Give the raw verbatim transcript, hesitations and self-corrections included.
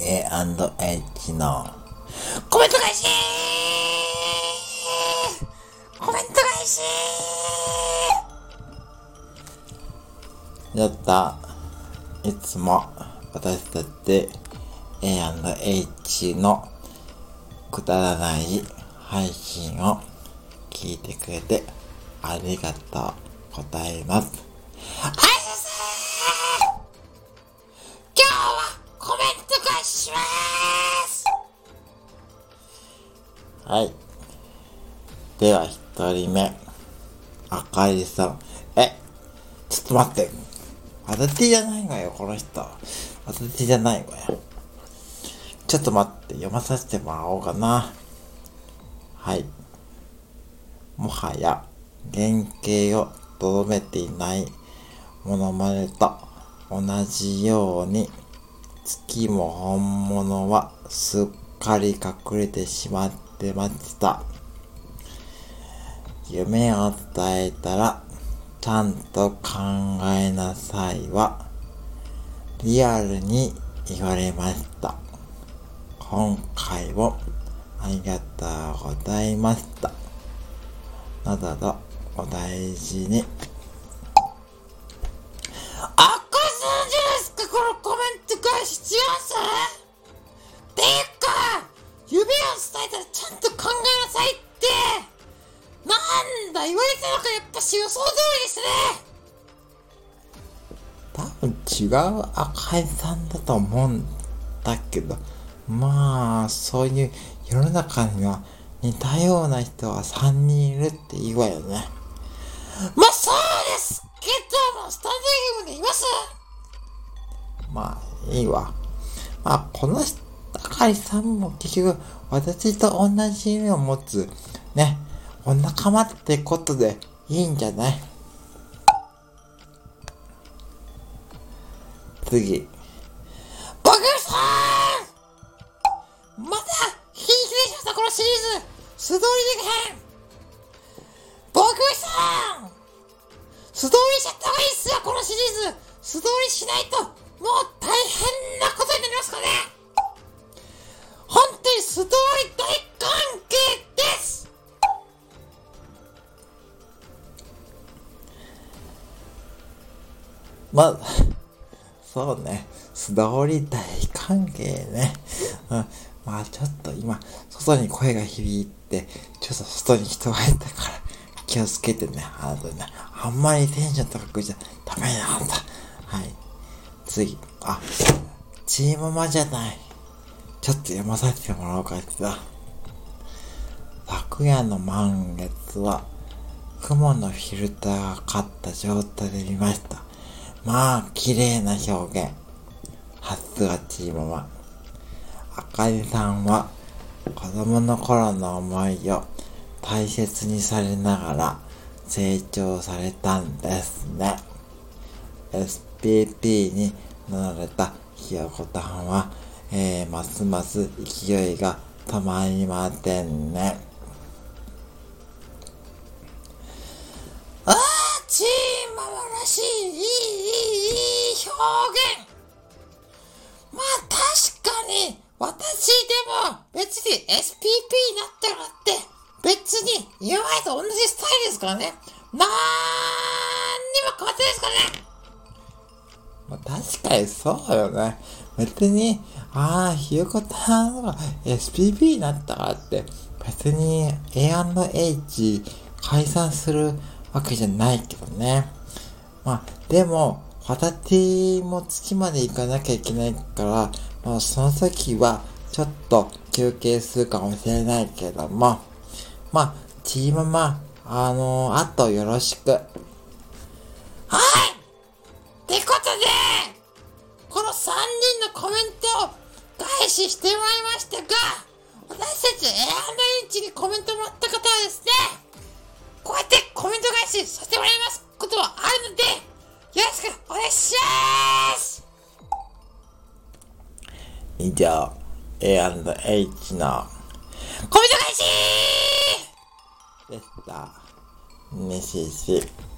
エーアンドエイチ のコメント返しコメント返しやったいつも私たち エーアンドエイチ のくだらない配信を聞いてくれてありがとうございます。あいです今日はコメント返します。はい。では一人目、あかりさん。え、ちょっと待って。私じゃないわよ、この人。私じゃないわよ。ちょっと待って、読まさせてもらおうかな。はい。もはや、原型をとどめていないモノマネと同じように、月も本物はすっかり隠れてしまってました。夢を伝えたら、ちゃんと考えなさいは、リアルに言われました。今回もありがとうございました。などとお大事に。あかさんじゃないですか、このコメント返し違うんすっていうか、夢を伝えたらちゃんと考えなさいって、なんだ言われたのかやっぱし予想通りですね。多分違う赤井さんだと思うんだけど、まあそういう世の中には似たような人はさんにんいるって言うわよね。まあそうですけども、スタンド エフエム でいます。まあいいわ。まあこの人赤井さんも結局私と同じ夢を持つねお仲間ってことでいいんじゃない？次。僕さんまた引きでしましたこのシリーズ素通りできへん僕さん素通りしちゃった方がいいっすよこのシリーズ素通りしないともう大変なことになりますからね本当に素通り大関係ですまあそうね素通り大歓迎ね、うん、まあちょっと今外に声が響いてちょっと外に人がいたから気をつけてねあのねあんまりテンション高くじゃダメなんだはい次あチームマじゃないちょっと読まさせてもらおうかってさ昨夜の満月は雲のフィルターがかかった状態で見ましたまあ綺麗な表現さすがチームマあかりさんは子供の頃の思いを大切にされながら成長されたんですね エスピーピー に乗られたひよこたんは、えー、ますます勢いが止まりませんねあーチームマらしいいいいいいい表現まあ確かに私でも別に エスピーピー になったからって別に今までと同じスタイルですからねなんにも変わってないですからねまあ確かにそうよね別にああひよこたんが エスピーピー になったからって別に エーアンドエイチ 解散するわけじゃないけどねまあでも私も月まで行かなきゃいけないから、まあその時はちょっと休憩するかもしれないけども、まあチームマあのー、あとよろしく。はいってことで、このさんにんのコメントを返ししてもらいましたが、私たち エーアンドエイチ にコメントもらった方はですね、こうやってコメント返しさせてもらいますことはあるので、よろしくお願いします以上 エーアンドエイチ のコメント返しでした。ねしし